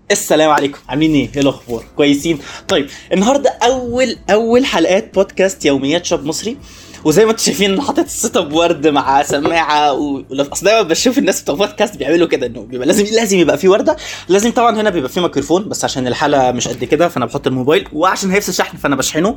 السلام عليكم، عاملين ايه الاخبار؟ كويسين؟ طيب النهارده اول حلقات بودكاست يوميات شاب مصري. وزي ما انتم شايفين انا حاطط السيت اب ورد مع سماعه اصل دايما بشوف الناس بتوع بودكاست بيعملوا كده، انه بيبقى لازم يبقى في ورده، لازم طبعا هنا بيبقى في ميكروفون، بس عشان الحلقه مش قد كده فانا بحط الموبايل، وعشان هيفصل شحن فانا بشحنه.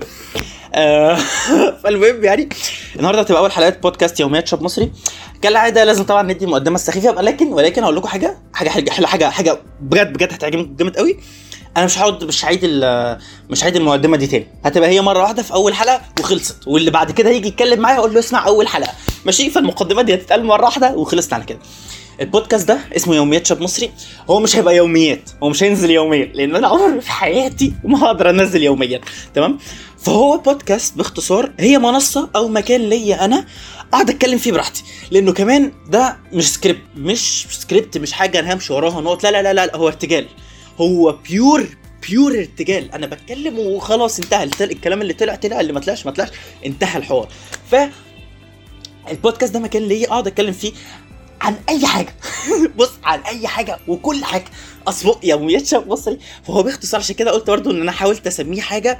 فالمهم يعني النهارده هتبقى اول حلقات بودكاست يوميات شاب مصري. كالعاده لازم طبعا ندي مقدمه سخيفه، ولكن هقول لكم حاجه بجد هتعجبكم جامد قوي. انا مش هعيد المقدمه دي تاني، هتبقى هي مره واحده في اول حلقه وخلصت، واللي بعد كده هيجي يتكلم معايا اقول له اسمع اول حلقه ماشي. فالمقدمه دي هتتقال مره واحده وخلصنا على كده. البودكاست ده اسمه يوميات شاب مصري. هو مش هيبقى يوميات، هو مش هينزل يوميا، لان انا عمري في حياتي ما هقدر انزل يوميا، تمام؟ فهو بودكاست باختصار هي منصه او مكان ليا انا اقعد اتكلم فيه براحتي، لانه كمان ده مش سكريبت، مش حاجه انا همشي وراها نقط، لا، هو ارتجال، هو بيور ارتجال. انا بتكلم وخلاص انتهى الكلام، اللي طلع اللي ما طلعش انتهى الحوار. البودكاست ده مكان ليا اقعد اتكلم فيه عن اي حاجه. بص، عن اي حاجه وكل حاجه، اصبق يوميات شاب مصري. فهو باختصار عشان كده قلت برضو ان انا حاولت اسميه حاجه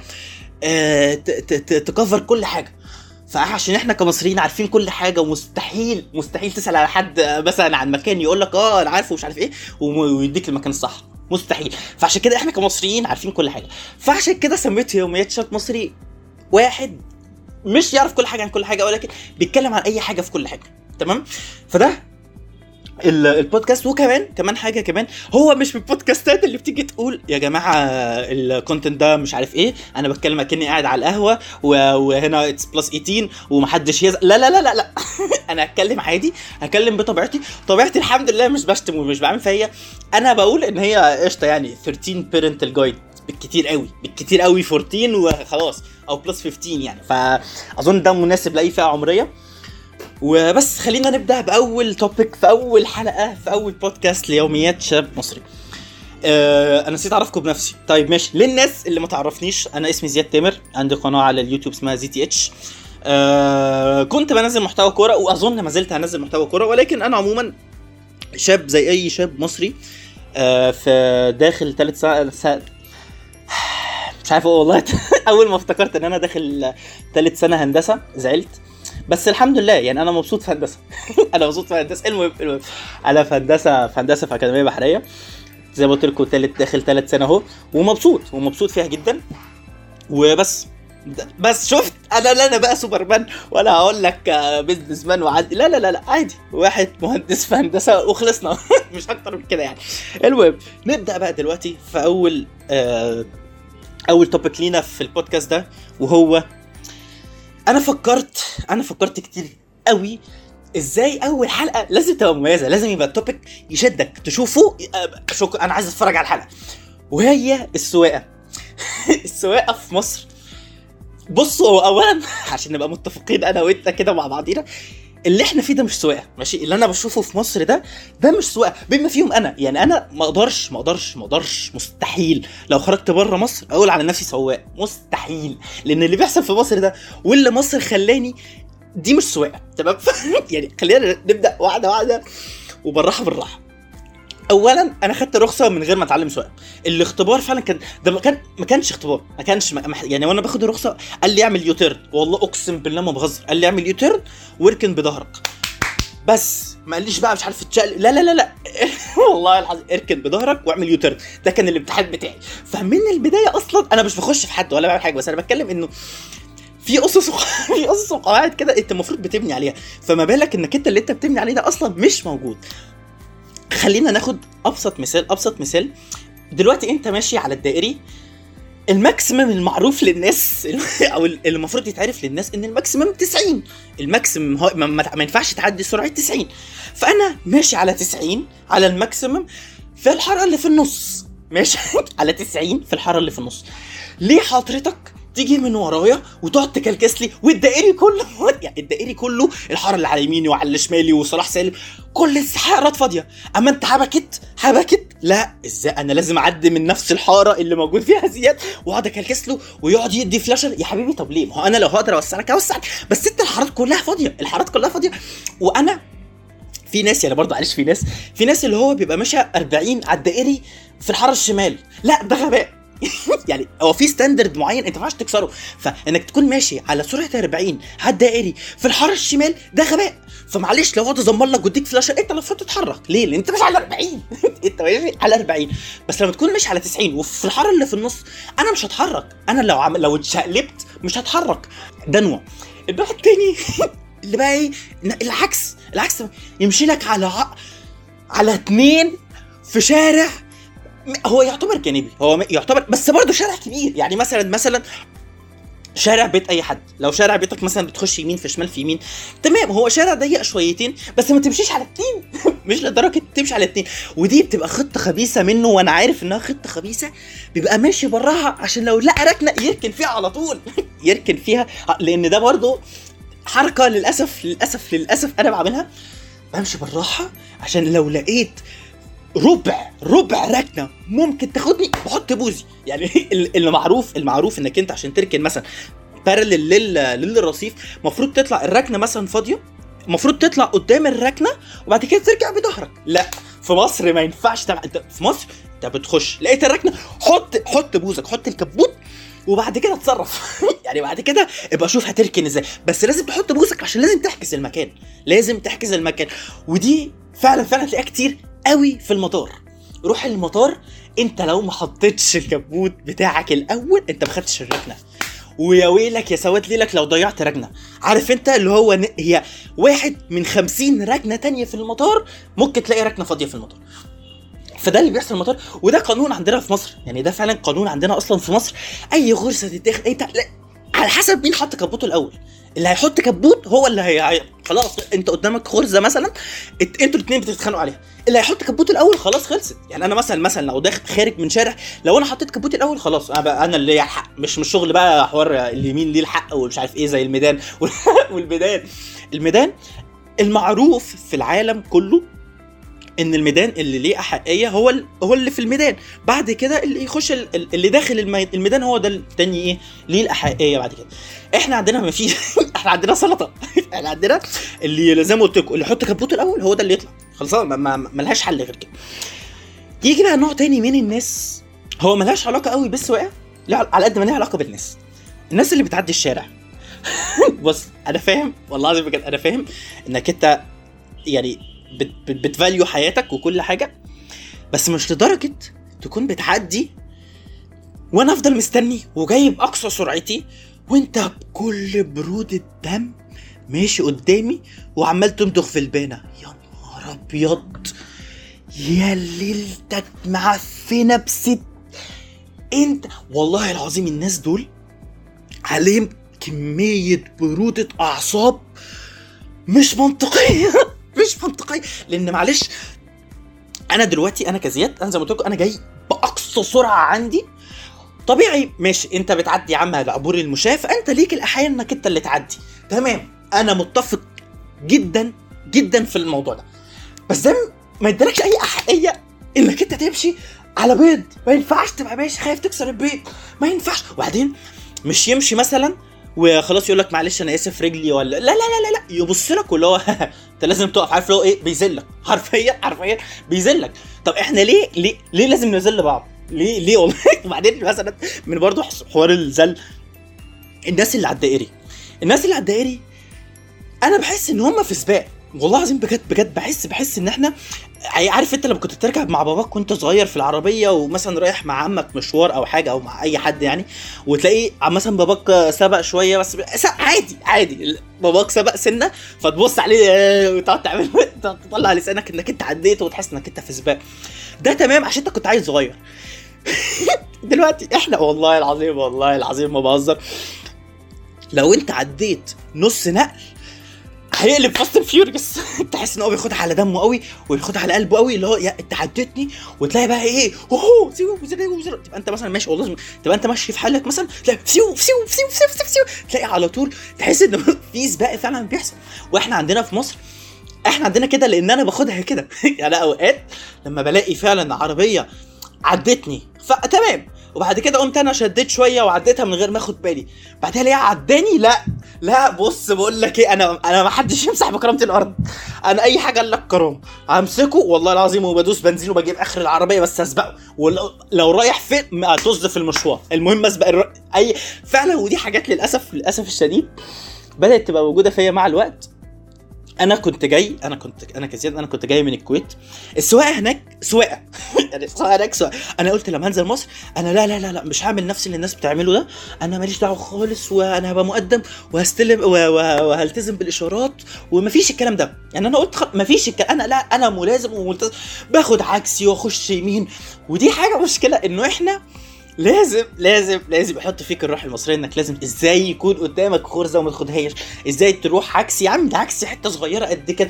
تكفر كل حاجه، فعشان احنا كمصريين عارفين كل حاجه، ومستحيل تسال على حد مثلا عن مكان يقول لك انا عارفه ومش عارف ايه ويديك المكان الصح، مستحيل. فعشان كده احنا كمصريين عارفين كل حاجه، فعشان كده سميته يوميات شاب مصري. واحد مش يعرف كل حاجه عن كل حاجه، ولكن بيتكلم عن اي حاجه في كل حاجه، تمام؟ فده البودكاست. وكمان حاجه كمان، هو مش من البودكاستات اللي بتيجي تقول يا جماعه الكونتنت ده مش عارف ايه، انا بتكلم كأني قاعد على القهوه وهنا اتس بلس 18 ومحدش يزعل. لا. انا هتكلم عادي، هتكلم بطبيعتي، الحمد لله، مش بشتم ومش بعمل فيا. انا بقول ان هي قشطه، يعني 13 parental guide بالكتير قوي 14 وخلاص، او بلس 15 يعني. فاظن ده مناسب لاي فئه عمريه. وبس خلينا نبدأ بأول توبيك في أول حلقة في أول بودكاست ليوميات شاب مصري. أنا نسيت أعرفكم بنفسي. طيب ماشي، للناس اللي ما تعرفنيش، أنا اسمي زياد تامر، عندي قناة على اليوتيوب اسمها ZTH. كنت بنزل محتوى كورة، وأظن ما زلت هنزل محتوى كورة، ولكن أنا عموما شاب زي أي شاب مصري في داخل 3 سنة مش عارف والله. أول ما افتكرت إن أنا داخل 3 سنة هندسة زعلت، بس الحمد لله يعني انا مبسوط في هندسه. انا مبسوط في هندسه. المهم انا في هندسه في اكاديميه بحريه، زي ما قلت لكم داخل 3 سنه اهو، ومبسوط فيها جدا. وبس شفت انا بقى سوبرمان ولا هقول لك بيزنس مان وعادي، لا عادي، واحد مهندس في هندسه وخلصنا. مش اكتر من كده يعني. المهم نبدا بقى دلوقتي في اول توبيك لينا في البودكاست ده، وهو انا فكرت كتير قوي ازاي اول حلقه لازم تبقى مميزه، لازم يبقى التوبيك يشدك تشوفه. انا عايز اتفرج على الحلقه، وهي السواقه. السواقه في مصر. بصوا، اولا عشان نبقى متفقين انا وانت كده مع بعضينا، اللي احنا فيه ده مش سواقه ماشي. اللي انا بشوفه في مصر ده مش سواقه بما فيهم انا، يعني انا ما اقدرش مستحيل لو خرجت بره مصر اقول على نفسي سواق، مستحيل، لان اللي بيحصل في مصر ده واللي مصر خلاني دي مش سواقه، تمام؟ يعني خلينا نبدا واحده وبالراحه. اولا انا خدت رخصه من غير ما اتعلم سواقه. الاختبار فعلا ما كانش اختبار، يعني وانا باخد الرخصه قال لي اعمل يوتيرن، والله اقسم بالله ما بهزر، قال لي اعمل يوتيرن واركن بظهرك بس، ما قاليش بقى مش عارف تشقلب، لا. والله العظيم اركن بظهرك واعمل يوتيرن. ده كان الامتحان بتاعي. فمن البدايه اصلا انا مش بخش في حد ولا بعمل حاجه، بس انا بتكلم انه في اسس وقواعد كده انت المفروض بتبني عليها، فما بالك انك انت اللي انت بتبني عليه ده اصلا مش موجود. خلينا ناخد ابسط مثال. دلوقتي انت ماشي على الدائري، الماكسيمم المعروف للناس او اللي المفروض يتعرف للناس ان الماكسيمم 90. الماكسيمم ما ينفعش تعدي سرعه 90. فانا ماشي على 90 على الماكسيمم في الحاره اللي في النص، ماشي على 90 في الحاره اللي في النص. ليه حضرتك تيجي من ورايا وتقعد تكلكس لي والدائري كله يعني الدائري كله الحاره اللي على يميني وعلى شمالي وصلاح سالم كل الحارات فاضيه، اما انت حبكت لا، ازاي انا لازم اعدي من نفس الحاره اللي موجود فيها زياد واقعد اكلكس له ويقعد يدي فلاشر؟ يا حبيبي طب ليه؟ ما هو انا لو هقدر اوسعك، بس انت الحارات كلها فاضيه. وانا في ناس يعني برضه معلش، في ناس اللي هو بيبقى ماشي 40 على الدائري في الحاره الشمال، لا ده غباء. يعني هو في ستاندرد معين انت ما ينفعش تكسره، فانك تكون ماشي على سرعه 40 على الدائري في الحاره الشمال ده غباء. فمعلش لو هو تزمر لك ويديك فلاشه انت المفروض تتحرك، ليه؟ لان انت مش على 40. انت ماشي على 40. بس لما تكون ماشي على 90 وفي الحاره اللي في النص، انا مش هتحرك. انا لو اتشقلبت مش هتحرك. ده نوع. النوع التاني اللي بقى ايه، العكس يمشي لك على 2 في شارع هو يعتبر جانبي، هو يعتبر بس برضه شارع كبير. يعني مثلا شارع بيت اي حد، لو شارع بيتك مثلا بتخش يمين في شمال في يمين، تمام، هو شارع ضيق شويتين بس ما تمشيش على 2. مش لدرجه تمشي على 2. ودي بتبقى خطه خبيثه منه، وانا عارف انها خطه خبيثه. بيبقى ماشي براها عشان لو لقى ركنه يركن فيها على طول. يركن فيها، لان ده برضه حركه للاسف انا بعملها. بمشي بالراحه عشان لو لقيت ربع ركنه ممكن تاخدني بحط بوزي. يعني المعروف انك انت عشان تركن مثلا بارلل للرصيف المفروض تطلع الركنه مثلا فاضيه، المفروض تطلع قدام الركنه وبعد كده ترجع بظهرك. لا في مصر ما ينفعش انت في مصر انت بتخش لقيت الركنه حط بوزك، حط الكبوت وبعد كده اتصرف. يعني بعد كده ابقى شوف هتركن ازاي، بس لازم تحط بوزك عشان لازم تحجز المكان. ودي فعلا تلاقيها كتير قوي في المطار. روح المطار، انت لو ما حطيتش الكبوت بتاعك الاول انت ما خدتش الركنه، ويا ويلك يا سواد ليلك لو ضيعت ركنه. عارف انت اللي هو هي 1 من 50 ركنه تانية في المطار ممكن تلاقي ركنه فاضيه في المطار. فده اللي بيحصل في المطار، وده قانون عندنا في مصر. يعني ده فعلا قانون عندنا اصلا في مصر. اي غرزه تتاخد انت على حسب مين حط كبوته الاول. اللي هيحط كبوت هو اللي خلاص انت قدامك غرزه مثلا انتوا الاثنين بتتخانقوا عليها، اللي هيحط كبوت الاول خلاص خلصت. يعني انا مثلا لو داخل خارج من شارع، لو انا حطيت كبوت الاول خلاص انا اللي ليا الحق، مش شغل بقى حوار اليمين ليه الحق ومش عارف ايه زي الميدان. الميدان المعروف في العالم كله ان الميدان اللي ليه احقيه هو اللي في الميدان. بعد كده اللي يخش اللي داخل الميدان هو ده التاني ايه ليه الاحقيه. بعد كده احنا عندنا ما فيش احنا عندنا سلطه. احنا عندنا اللي زي ما قلت لكم اللي يحط كبوته الاول هو ده اللي يطلع خلاص، ما لهاش حل غير كده. يجي بقى نوع تاني من الناس هو ما لهاش علاقه قوي بالسواقه على قد ما لها علاقه الناس اللي بتعدي الشارع. بص انا فاهم والله العظيم بجد انا فاهم انك انت يعني بتفاليو حياتك وكل حاجة، بس مش لدرجة تكون بتعدي وانا افضل مستني وجايب اقصى سرعتي وانت بكل برودة دم ماشي قدامي وعمال تمضغ في البانة. يا نهار ابيض يا ليلتك معفنة بست. انت والله العظيم الناس دول عليهم كمية برودة اعصاب مش منطقية. لان معلش انا دلوقتي انا كزياد انا زي ما قلت لكم انا جاي باقصى سرعه عندي طبيعي ماشي. انت بتعدي يا عم العبور المشاة فانت ليك الاحيان انك انت اللي تعدي، تمام، انا متفق جدا في الموضوع ده. بس ده ما يدركش اي احقيه انك انت تمشي على بيض. ما ينفعش تبقى ماشي خايف تكسر البيض، ما ينفعش. وبعدين مش يمشي مثلا وخلاص يقول لك معلش انا اسف رجلي ولا لا يبص لك واللي هو انت لازم تقف. عارف لو ايه بيذلك حرفيا بيذلك. طب احنا ليه لازم نذل بعض؟ ليه والله. وبعدين مثلا من برضو حوار الذل، الناس اللي على الدائري انا بحس ان هم في سباق والله العظيم بجد بحس ان احنا عارف انت لما كنت تركب مع باباك وانت صغير في العربيه ومثلا رايح مع عمك مشوار او حاجه او مع اي حد يعني، وتلاقي مثلا باباك سبق شويه بس عادي باباك سبق سنه فتبص عليه وتقعد تعمل تطلع لسانك انك انت عديت وتحس انك انت في سباق. ده تمام عشان انت كنت عايز صغير. دلوقتي احنا والله العظيم ما بهزر، لو انت عديت نص نقل هيقلب فاست فيوريوس. تحس ان هو بياخدها على دمه قوي وياخدها على قلبه قوي، اللي هو يا انت عدتني. وتلاقي بقى ايه تبقى انت مثلا ماشي والله تبقى انت ماشي في حالك مثلا تلاقي تلاقي على طول تحس ان في سباق فعلا بيحصل. واحنا عندنا في مصر احنا عندنا كده لان انا باخدها كده. يعني اوقات لما بلاقي فعلا عربيه عدتني فتمام وبعد كده قمت انا شديت شويه وعديتها من غير ما اخد بالي، بعدها ليه عداني لا لا بص بقول لك ايه، انا ما حدش يمسح بكرامه الارض. انا اي حاجه قال لك كرامه همسكه والله العظيم، وبدوس بنزين وبجيب اخر العربيه بس اسبقه، ولو رايح فين ما طز في المشوار، المهم اسبق اي فعلا. ودي حاجات للاسف الشديد بدات تبقى موجوده فيا مع الوقت. انا كزياد انا كنت جاي من الكويت. السواقه هناك سواقه يعني السواقه هناك سواقه. انا قلت لما انزل مصر انا لا لا لا لا مش هعمل نفس اللي الناس بتعمله ده، انا ماليش دعوه خالص، وانا هبقى مقدم وهستلم وهلتزم بالاشارات ومفيش الكلام ده. يعني انا قلت مفيش الكلام، انا ملازم وملتزم، باخد عكسي واخش يمين. ودي حاجه مشكله انه احنا لازم يحط فيك الروح المصريه، انك لازم ازاي يكون قدامك خرزه وما تاخدهاش، ازاي تروح عكسي يا عم، ده عكسي حته صغيره قد كده.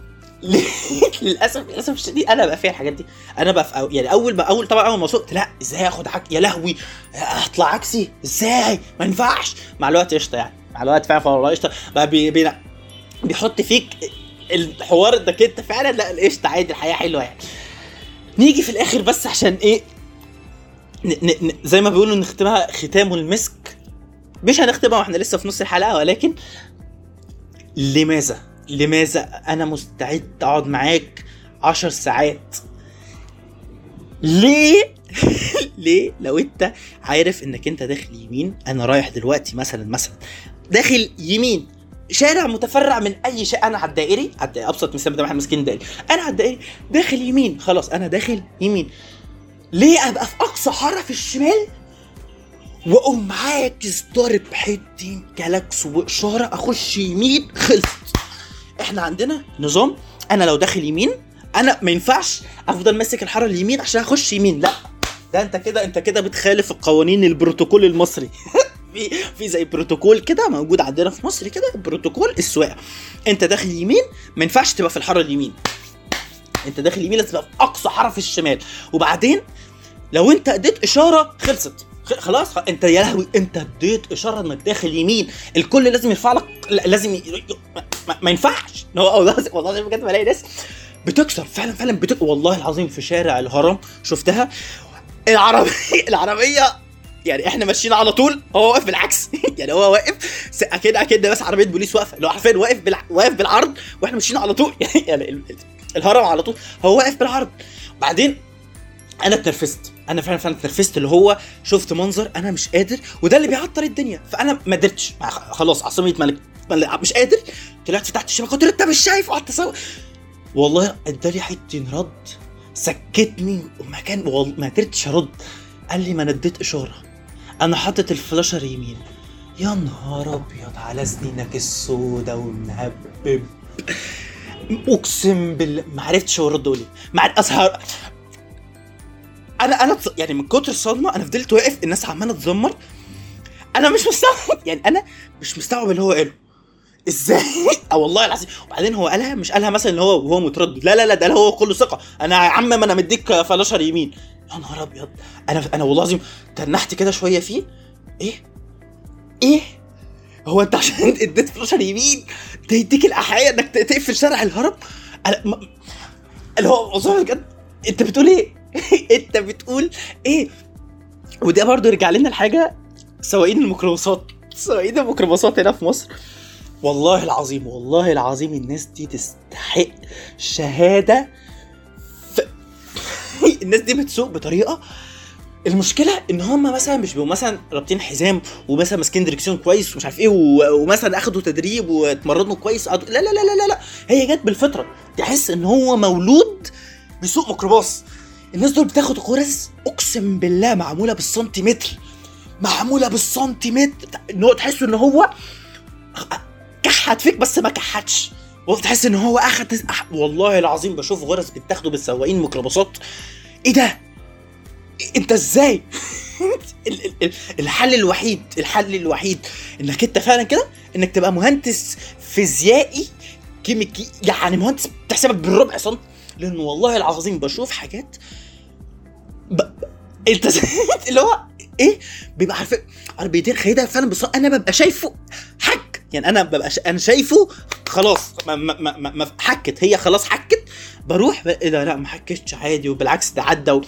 للاسف الشديد انا بقى فيها الحاجات دي. انا بقى يعني اول ما سوقت، لا ازاي اخد يا لهوي اطلع عكسي ازاي، ما ينفعش. مع الوقت قشطه يعني، مع الوقت فعلا والله قشطه بقى بيحط فيك الحوار ده كده فعلا. لا قشطه عادي، الحياه حلوه يعني. نيجي في الاخر بس عشان ايه زي ما بيقولوا نختمها ختام المسك. مش هنختمها واحنا لسه في نص الحلقه، ولكن لماذا انا مستعد اقعد معاك 10 ساعات؟ ليه؟ ليه لو انت عارف انك انت داخل يمين، انا رايح دلوقتي مثلا داخل يمين شارع متفرع من اي شيء، انا على الدائري ابسط مثال ده احنا ماسكين دائري، انا على الدائري داخل يمين، خلاص انا داخل يمين، ليه ابقى في اقصى حاره في الشمال واقوم معاكس ضارب حتين كلاكس واشاره اخش يمين؟ خلصت. احنا عندنا نظام، انا لو داخل يمين انا ما ينفعش افضل ماسك الحاره اليمين عشان اخش يمين، لا ده انت كده بتخالف القوانين البروتوكول المصري. في زي بروتوكول كده موجود عندنا في مصر كده، بروتوكول السواقه. انت داخل يمين ما ينفعش تبقى في الحاره اليمين، انت داخل يمين لازم تبقى في اقصى حاره في الشمال. وبعدين لو انت اديت اشاره خلصت خلاص، انت يا لهوي انت اديت اشاره انك داخل يمين، الكل لازم يرفع لك، لازم ما ينفعش. والله بجد بلاقي ناس بتكسر فعلا والله العظيم في شارع الهرم شفتها العربيه يعني احنا ماشيين على طول، هو واقف بالعكس. يعني هو واقف اكيد بس عربيه بوليس واقفه، لو عارفين واقف بالعرض واحنا ماشيين على طول. يعني الهرم على طول هو واقف بالعرض. بعدين انا اتنرفزت، انا فعلا اتنرفزت، اللي هو شفت منظر انا مش قادر، وده اللي بيعطل الدنيا، فانا ما قدرتش خلاص عصبيه ملك مش قادر، طلعت فتحت الشبكه قلت له انت مش شايف، وقعدت اصور. والله ادالي حته رد سكتني ومكان، والله ما قدرتش ارد. قال لي ما نديت اشاره، انا حاطط الفلاشر يمين. يا نهار ابيض على سنينك السودا والمهبب، اقسم بالله ما عرفتش ارد ليه مع الاسهر. انا يعني من كتر الصدمه انا فضلت واقف، الناس عماله تزمر، انا مش مستوعب. يعني انا مش مستوعب اللي هو قاله ازاي. والله العظيم. وبعدين هو قالها مش قالها مثلا اللي هو متردد، لا ده هو كله ثقه، انا يا عم ما انا مديك فلاشر يمين. يا نهار ابيض، انا والله العظيم تنحت كده شويه فيه. ايه هو انت عشان اديت فلاشر يمين تديك الاحياء انك تقفل شارع الهرم؟ اللي هو والله بجد انت بتقول ايه؟ انت بتقول ايه؟ وده برضو يرجع لنا الحاجه، سواقين الميكروباصات هنا في مصر، والله العظيم الناس دي تستحق شهاده. الناس دي بتسوق بطريقه، المشكله ان هم مثلا مش بيبقوا مثلا رابطين حزام ومثلا ماسكين دريكسيون كويس ومش عارف ايه ومثلا اخدوا تدريب واتمرنوا كويس، لا هي جت بالفطره، تحس ان هو مولود بيسوق ميكروباص. الناس دول بتاخد غرز اقسم بالله معموله بالسنتيمتر، ان هو تحس ان هو كحت فيك بس ما كحتش، وتحس ان هو اخد. والله العظيم بشوف غرز بتاخده بالسواقين ميكروباصات، ايه ده؟ انت ازاي؟ الحل الوحيد انك انت فعلا كده، انك تبقى مهندس فيزيائي كيميكي، يعني مهندس بتحسبك بالربع سنت. لانه والله العظيم بشوف حاجات انت اللي هو ايه، بيبقى عارف عربيتين خيدة فعلا، بس انا ببقى شايفه حك، يعني انا ببقى انا شايفه خلاص ما حكت، هي خلاص حكت، بروح ايه ده، لا ما حكتش عادي، وبالعكس ده عدى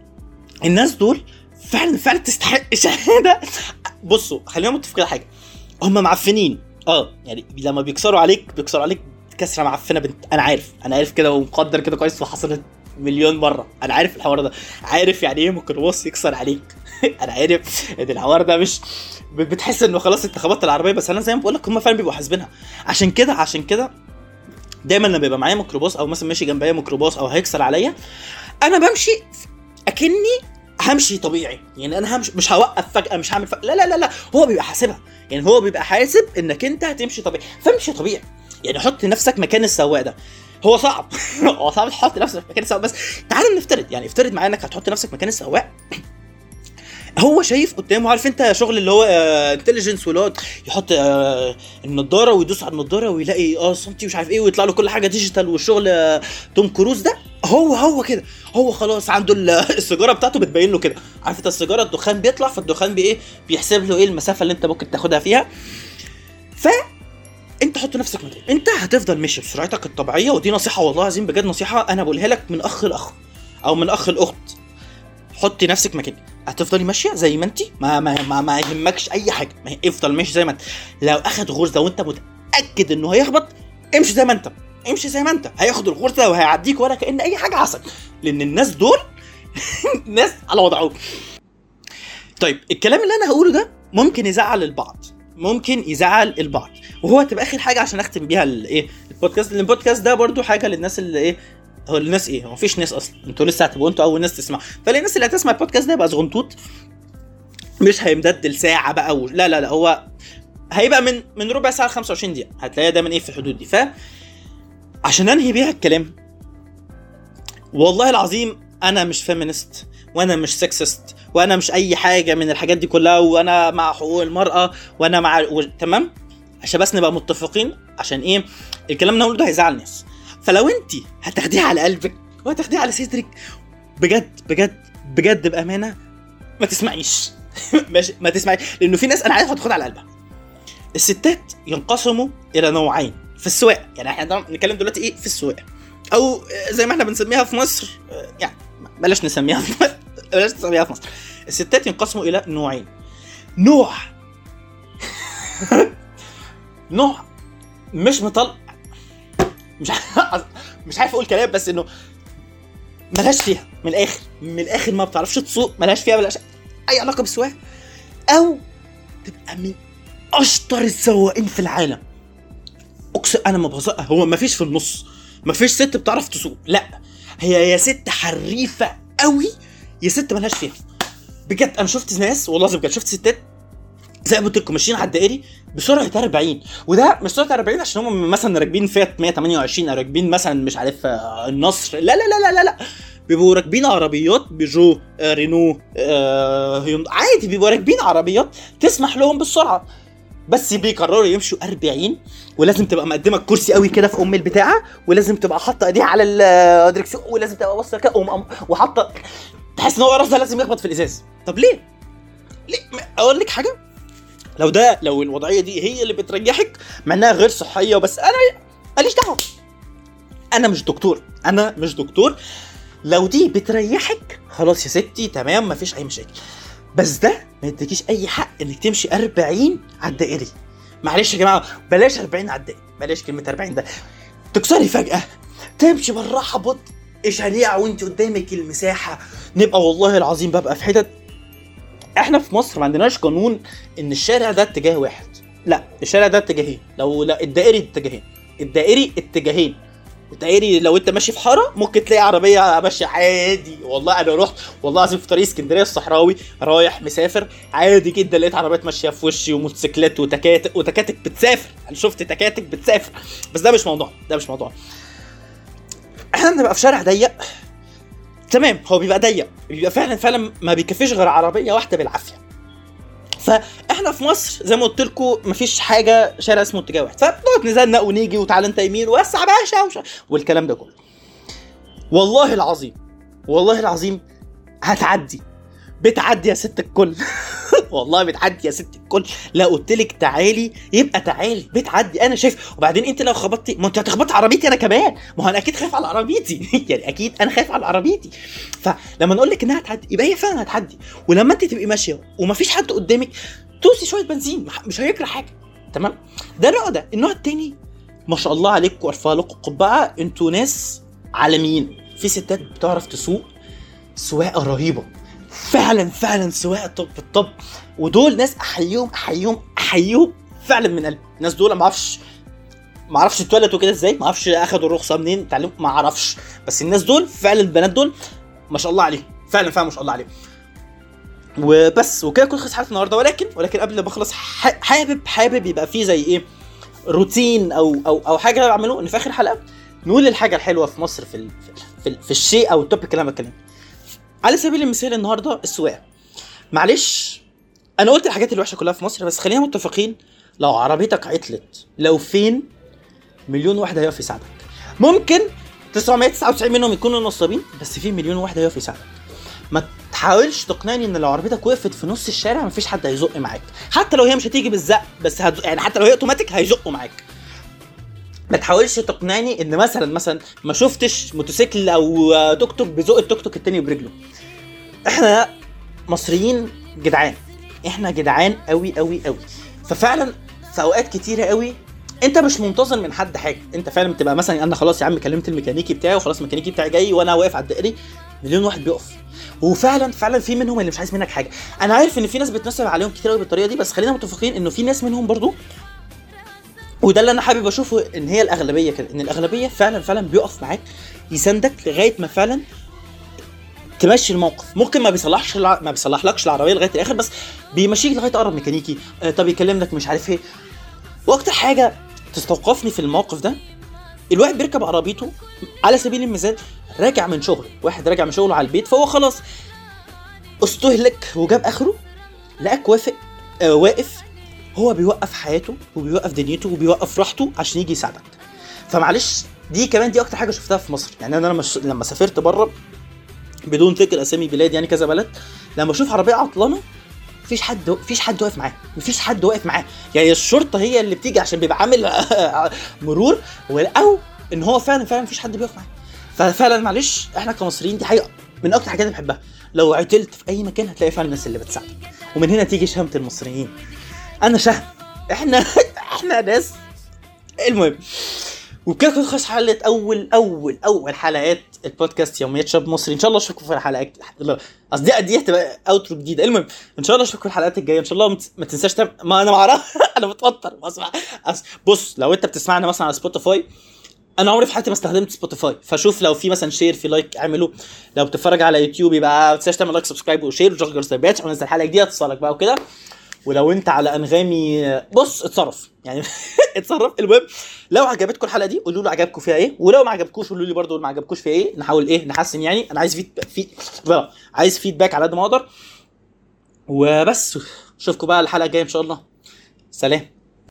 الناس دول فعلا تستحق شهاده. بصوا خلينا متفقين على حاجه، هم معفنين يعني لما بيكسروا عليك كسره معفنه بنت. انا عارف كده ومقدر كده كويس وحصلت مليون مره. انا عارف الحوار ده، عارف يعني ايه ميكروباص يكسر عليك. انا عارف ان الحوار ده مش بتحس انه خلاص انت خبطت العربيه، بس انا زي ما بقول لك هم فعلا بيبقوا حاسبينها. عشان كده دايما لما بيبقى معايا ميكروباص او مثلا ماشي جنبيا ميكروباص او هيكسر عليا، انا بمشي اكني همشي طبيعي. يعني انا همشي، مش هوقف فجاه، مش هعمل لا هو بيبقى حاسبها. يعني هو بيبقى حاسب انك انت هتمشي طبيعي، فامشي طبيعي. يعني حط نفسك مكان السواق ده. هو صعب هو صعب تحط نفسك مكان السواق، بس تعال نفترض، يعني افترض معايا انك هتحط نفسك مكان السواق. هو شايف قدامه، عارف انت شغل اللي هو انتليجنس، واللي هو يحط النضاره ويدوس على النضاره ويلاقي سنتي مش عارف ايه، ويطلع له كل حاجه ديجيتال، والشغل توم كروز ده. هو كده، هو خلاص عنده السيجاره بتاعته بتبين له كده. عارف انت السيجاره الدخان بيطلع، فالدخان بيحسب له ايه المسافه اللي انت ممكن تاخدها فيها. انت حط نفسك مكان، انت هتفضل ماشي بسرعتك الطبيعيه. ودي نصيحه والله العظيم بجد، نصيحه انا بقولها لك من اخ الاخ او من اخ الاخت. حطي نفسك مكانك، هتفضلي ماشيه زي ما انت، ما يهمكش اي حاجه. ما افضل ماشي زي ما انت. لو اخد غرزه وانت متاكد انه هيخبط، امشي زي ما انت، هياخد الغرزه وهيعديك ولا كأن اي حاجه حصل. لان الناس دول ناس على وضعهم. طيب الكلام اللي انا هقوله ده ممكن يزعل البعض، وهو تبقى اخر حاجه عشان اختم بيها البودكاست. لان البودكاست ده برضو حاجه للناس اللي هو الناس هو مفيش ناس اصلا، انتوا لسه هتبقوا انتوا اول ناس تسمعوا. فالناس اللي هتسمع البودكاست ده يبقى صغنطوط، مش هيمدد لساعه بقى لا هو هيبقى من ربع ساعه ل 25 دقيقه، هتلاقيها ده من في الحدود دي. عشان انهي بيها الكلام، والله العظيم انا مش فيمينست، وانا مش سكسست، وانا مش اي حاجه من الحاجات دي كلها، وانا مع حقوق المراه، وانا مع تمام، عشان بس نبقى متفقين. عشان الكلام اللي هقوله ده هيزعل ناس. فلو انت هتاخديها على قلبك وهتاخديها على صدرك، بجد بامانه ما تسمعيش. ماشي، ما تسمعيش. لانه في ناس انا عارف هتاخد على قلبها. الستات ينقسموا الى نوعين في السواقه. يعني احنا بنتكلم دلوقتي في السواقه، او زي ما احنا بنسميها في مصر، يعني بلاش نسميها في مصر. الستات ينقسموا الى نوعين. نوع مش مطلق، مش عارف اقول كلام، بس انه ملهاش فيها من الاخر ما بتعرفش تسوق، ملهاش اي علاقه بالسواقه، او تبقى من اشطر السواقين في العالم. اقسم انا ما بهزر، هو ما فيش في النص، ما فيش ست بتعرف تسوق، لا هي يا ست حريفه قوي يا ست ملهاش فيها. بجد انا شفت ناس، والله بجد شفت ستات زي ما قلت لكم ماشيين على الدائري بسرعه 40، وده مش سرعه 40 عشان هم مثلا راكبين فيات 128 او راكبين مثلا مش عارف النصر، لا بيبقوا راكبين عربيات بيجو، رينو، عادي بيبقوا راكبين عربيات تسمح لهم بالسرعه، بس بيقرروا يمشوا 40. ولازم تبقى مقدمه الكرسي قوي كده في البتاعه، ولازم تبقى حاطه ايديها على الدركسيون، ولازم تبقى باصه كده وحاطه، تحس ان هو راسها لازم يخبط في الازاز. طب ليه اقول لك حاجه، لو الوضعيه دي هي اللي بتريحك مع انها غير صحيه، بس انا ماليش دعوه، انا مش دكتور. لو دي بتريحك خلاص يا ستي تمام، مفيش اي مشاكل. بس ده ما يديكيش اي حق انك تمشي 40 على الدائري. معلش يا جماعه، بلاش 40 على الدائري، بلاش كلمه 40 ده. تكسري فجاه، تمشي بالراحه بطء شريعه وانت قدامك المساحه. نبقى والله العظيم ببقى في حتت، احنا في مصر ما عندناش قانون ان الشارع ده اتجاه واحد، لا الشارع ده اتجاهين. لا الدائري اتجاهين. الدائري لو انت ماشي في حاره ممكن تلاقي عربيه ماشيه عادي. والله انا رحت والله العظيم في طريق اسكندريه الصحراوي رايح مسافر عادي جدا، لقيت عربيات ماشيه في وشي وموتوسيكلات وتكاتك بتسافر. انا شفت تكاتك بتسافر، بس ده مش موضوع. احنا بنبقى في شارع ضيق، تمام، هو بيبقى ضيق، بيبقى فعلا ما بيكفيش غير عربيه واحده بالعافيه. فاحنا في مصر زي ما قلت لكم مفيش حاجه شارع اسمه اتجاه واحد، فبنقعد نزنق ونيجي وتعالى انت يمين واسع باشا والكلام ده كله. والله العظيم بتعدي يا ست الكل. والله بتعدي يا ست الكل. لا قلت لك تعالي يبقى تعالي، بتعدي انا شايف. وبعدين انت لو خبطتي، ما انت هتخبطي عربيتي انا كمان، ما هو انا اكيد خايف على عربيتي. يعني اكيد انا خايف على عربيتي. فلما نقول لك انها هتعدي يبقى هي فعلا هتعدي. ولما انت تبقي ماشيه ومفيش حد قدامك، توصي شويه بنزين، مش هيجرى حاجه. تمام. ده النوع ده. النوع التاني ما شاء الله عليكم وارفع لكم القبعه، انتوا ناس عالميين. في ستات بتعرف تسوق سواقه رهيبه فعلا فعلا، سواقه طب الطب، ودول ناس احييهم فعلا من قلبي. الناس دول ما اعرفش اتولدوا كده ازاي، ما اعرفش اخدوا الرخصه منين، اتعلموا ما اعرفش، بس الناس دول فعلا، البنات دول ما شاء الله عليهم فعلا فعلا ما شاء الله عليهم. وبس وكده كل خلص حلقه النهارده. ولكن قبل ما اخلص حابب يبقى فيه زي ايه روتين او حاجه بعمله، ان في اخر حلقه نقول الحاجه الحلوه في مصر في الشيء او التوبيك اللي انا بتكلم. على سبيل المثال النهارده السواقه. معلش انا قلت الحاجات الوحشه كلها في مصر، بس خلينا متفقين لو عربيتك عطلت، لو فين مليون واحد هيقف يساعدك. ممكن 999 منهم يكونوا نصابين، بس في مليون واحد هيقف يساعدك. ما تحاولش تقنعني ان لو عربيتك وقفت في نص الشارع مفيش حد هيزق معاك، حتى لو هي مش هتيجي بالزق، بس يعني حتى لو هي اوتوماتيك هيزقوا معاك. ما تحاولش تقنعني ان مثلا ما شفتش موتوسيكل او توك توك بيزق التوك توك التاني برجله. احنا مصريين جدعان، احنا جدعان قوي قوي قوي. ففعلا في اوقات كتيره قوي انت مش منتظر من حد حاجه، انت فعلا بتبقى مثلا انا خلاص يا عم كلمت الميكانيكي بتاعي وخلاص الميكانيكي بتاعي جاي وانا واقف على الدائري، مليون واحد بيقف. وفعلا في منهم اللي مش عايز منك حاجه. انا عارف ان في ناس بتنسب عليهم كتير قوي بالطريقه دي، بس خلينا متفقين انه في ناس منهم برضو، وده اللي انا حابب اشوفه ان هي الاغلبيه كده، ان الاغلبيه فعلا بيقف معاك يساندك لغايه ما فعلا تمشي الموقف. ممكن ما بيصلحلكش العربيه لغايه الاخر، بس بيمشيك لغايه اقرب ميكانيكي، طب يكلم لك مش عارف ايه. واكتر حاجه تستوقفني في الموقف ده، الواحد بيركب عربيته على سبيل المثال راجع من شغله، واحد راجع من شغله على البيت، فهو خلاص استهلك وجاب اخره، لقاك واقف، هو بيوقف حياته وبيوقف دنيته وبيوقف راحته عشان يجي يساعدك. فمعلش دي كمان دي اكتر حاجه شفتها في مصر. يعني انا لما سافرت بره بدون ذكر اسامي بلاد، يعني كذا بلد، لما اشوف عربيه عطلانه مفيش حد واقف معاه، مفيش حد واقف معاه. يعني الشرطه هي اللي بتيجي عشان بيبقى عامل مرور، او ان هو فعلا مفيش حد بيقف معاه. ففعلا معلش احنا كمصريين دي حقيقه من اكتر حاجات اللي بحبها. لو عطلت في اي مكان هتلاقي فعلا الناس اللي بتساعدك، ومن هنا تيجي شهامه المصريين. انا شهم، احنا ناس. المهم وبكده كنت خلاص حلقه اول حلقات البودكاست يوميات شاب مصري. ان شاء الله اشوفكم في الحلقات، قصدي دي هتبقى اوترو جديده. المهم ان شاء الله اشوفكم في الحلقات الجايه ان شاء الله. ما تنساش ما انا معرف انا بتوتر بسمع. بص لو انت بتسمعنا مثلا على سبوتيفاي، انا عمري في حياتي ما استخدمت سبوتيفاي، فشوف لو في مثلا شير، في لايك اعمله. لو بتتفرج على يوتيوب يبقى ما تنساش تعمل لايك سبسكرايب وشير وشغل جرس التنبيهات عشان انزل حلقه جديده تصلك بقى وكده. ولو انت على انغامي بص اتصرف يعني اتصرف. المهم لو عجبتكم الحلقه دي قولوا لي عجبكم فيها ايه، ولو ما عجبكوش قولوا لي برضو ما عجبكوش فيها ايه، نحاول ايه نحسن. يعني انا عايز فيدباك على قد ما اقدر. وبس اشوفكم بقى الحلقه الجايه ان شاء الله. سلام.